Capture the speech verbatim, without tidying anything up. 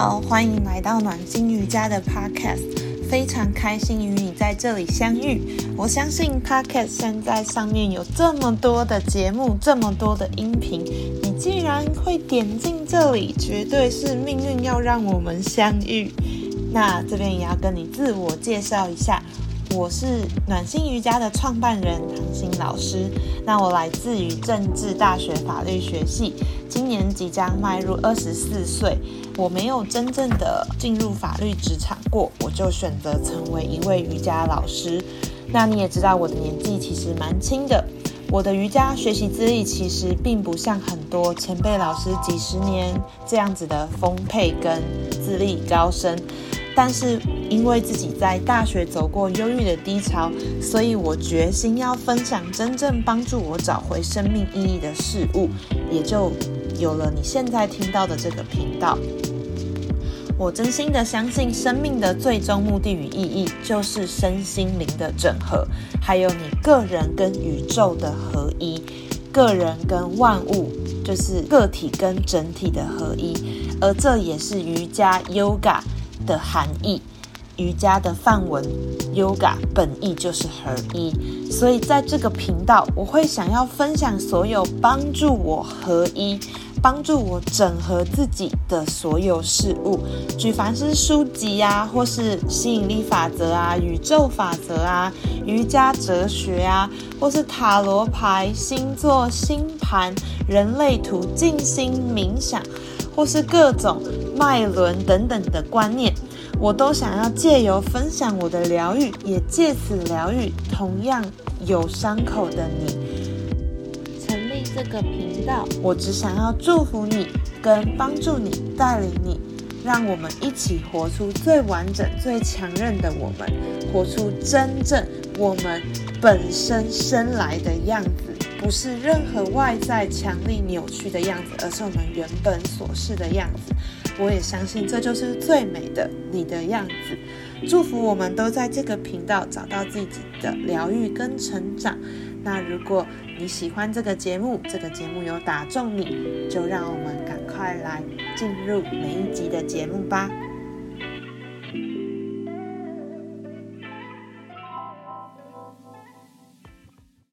好，欢迎来到暖心瑜伽的 Podcast， 非常开心与你在这里相遇。我相信 Podcast 现在上面有这么多的节目，这么多的音频，你既然会点进这里，绝对是命运要让我们相遇。那这边也要跟你自我介绍一下，我是暖心瑜伽的创办人唐心老师。那我来自于政治大学法律学系，今年即将迈入二十四岁。我没有真正的进入法律职场过，我就选择成为一位瑜伽老师。那你也知道我的年纪其实蛮轻的，我的瑜伽学习资历其实并不像很多前辈老师几十年这样子的丰沛跟资历高深，但是因为自己在大学走过忧郁的低潮，所以我决心要分享真正帮助我找回生命意义的事物，也就有了你现在听到的这个频道。我真心的相信，生命的最终目的与意义就是身心灵的整合，还有你个人跟宇宙的合一，个人跟万物，就是个体跟整体的合一，而这也是瑜伽 Yoga 的含义。瑜伽的梵文 Yoga 本意就是合一，所以在这个频道我会想要分享所有帮助我合一，帮助我整合自己的所有事物，举凡是书籍啊，或是吸引力法则啊、宇宙法则啊、瑜伽哲学啊，或是塔罗牌、星座、星盘、人类图、静心冥想，或是各种脉轮等等的观念，我都想要借由分享我的疗愈，也借此疗愈同样有伤口的你。成立这个频道，我只想要祝福你，跟帮助你，带领你，让我们一起活出最完整、最强韧的我们，活出真正我们本身生来的样子，不是任何外在强力扭曲的样子，而是我们原本所是的样子。我也相信这就是最美的你的样子。祝福我们都在这个频道找到自己的疗愈跟成长。那如果你喜欢这个节目，这个节目有打中你，就让我们赶快来进入每一集的节目吧。